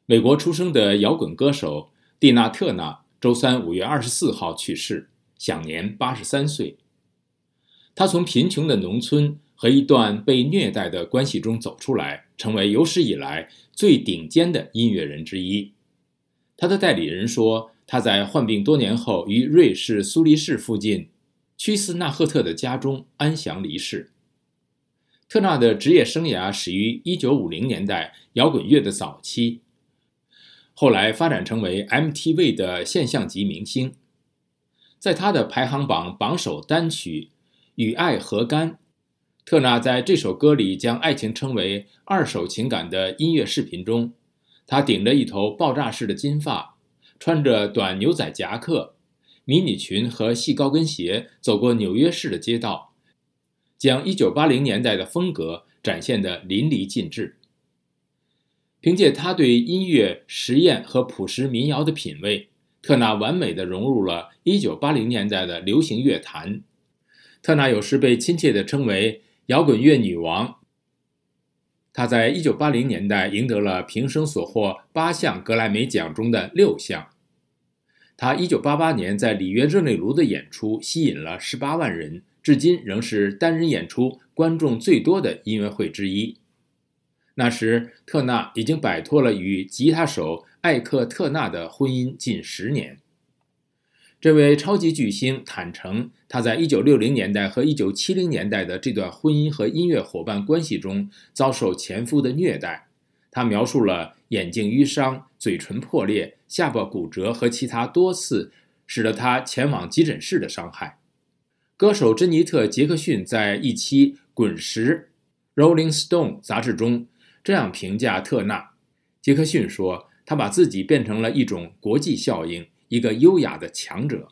美国出生的摇滚歌手蒂娜·特纳周三5月24号去世，享年83岁。他从贫穷的农村和一段被虐待的关系中走出来，成为有史以来最顶尖的音乐人之一。他的代理人说，他在患病多年后于瑞士苏黎世附近屈斯纳赫特的家中安详离世。特纳的职业生涯始于1950年代摇滚乐的早期，后来发展成为 MTV 的现象级明星。在他的排行榜榜首单曲《与爱何干》，特纳在这首歌里将爱情称为二手情感的音乐视频中，他顶着一头爆炸式的金发，穿着短牛仔夹克、迷你裙和细高跟鞋走过纽约市的街道，将1980年代的风格展现得淋漓尽致。凭借他对音乐实验和朴实民谣的品味，特纳完美地融入了1980年代的流行乐坛。特纳有时被亲切地称为摇滚乐女王。她在1980年代赢得了平生所获8项格莱美奖中的6项。她1988年在里约热内卢的演出吸引了18万人，至今仍是单人演出观众最多的音乐会之一。那时，特纳已经摆脱了与吉他手艾克特纳的婚姻近10年。这位超级巨星坦诚，他在1960年代和1970年代的这段婚姻和音乐伙伴关系中遭受前夫的虐待。他描述了眼睛淤伤、嘴唇破裂、下巴骨折和其他多次使得他前往急诊室的伤害。歌手珍妮特·杰克逊在一期《滚石》（Rolling Stone） 杂志中这样评价特纳。杰克逊说，他把自己变成了一种国际效应，一个优雅的强者。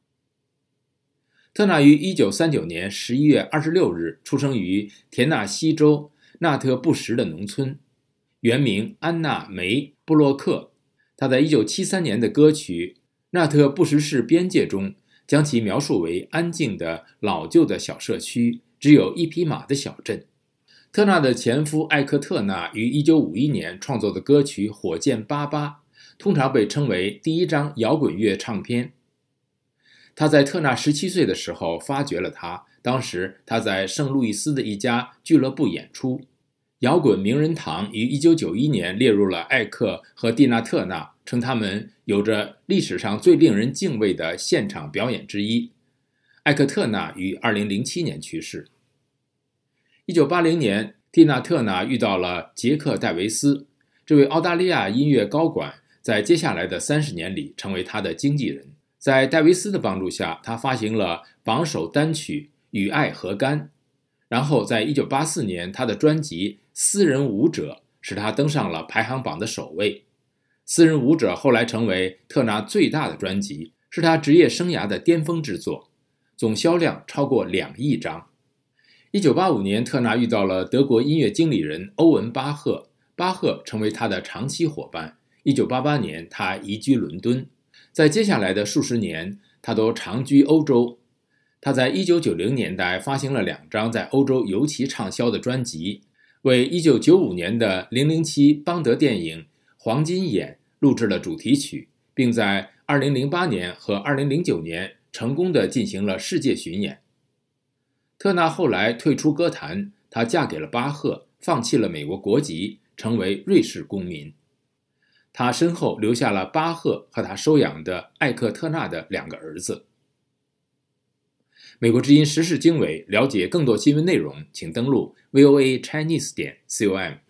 特纳于1939年11月26日出生于田纳西州纳特布什的农村，原名安娜·梅·布洛克。他在1973年的歌曲《纳特布什市边界》中将其描述为安静的老旧的小社区，只有一匹马的小镇。特纳的前夫艾克特纳于1951年创作的歌曲《火箭88》通常被称为第一张摇滚乐唱片。他在特纳17岁的时候发掘了他，当时他在圣路易斯的一家俱乐部演出。摇滚名人堂于1991年列入了艾克和蒂娜·特纳，称他们有着历史上最令人敬畏的现场表演之一。艾克特纳于2007年去世。1980年，蒂娜·特纳遇到了杰克·戴维斯，这位澳大利亚音乐高管在接下来的30年里成为他的经纪人。在戴维斯的帮助下，他发行了榜首单曲《与爱何干》，然后在1984年，他的专辑《私人舞者》使他登上了排行榜的首位。《私人舞者》后来成为特纳最大的专辑，是他职业生涯的巅峰之作，总销量超过2亿张。1985年，特纳遇到了德国音乐经理人欧文·巴赫，巴赫成为他的长期伙伴。1988年，他移居伦敦。在接下来的数十年，他都长居欧洲。他在1990年代发行了2张在欧洲尤其畅销的专辑，为1995年的007邦德电影《黄金眼》录制了主题曲，并在2008年和2009年成功地进行了世界巡演。特纳后来退出歌坛，她嫁给了巴赫，放弃了美国国籍，成为瑞士公民。他身后留下了巴赫和他收养的艾克特纳的2个儿子。美国之音时事经纬，了解更多新闻内容，请登录 voachinese.com。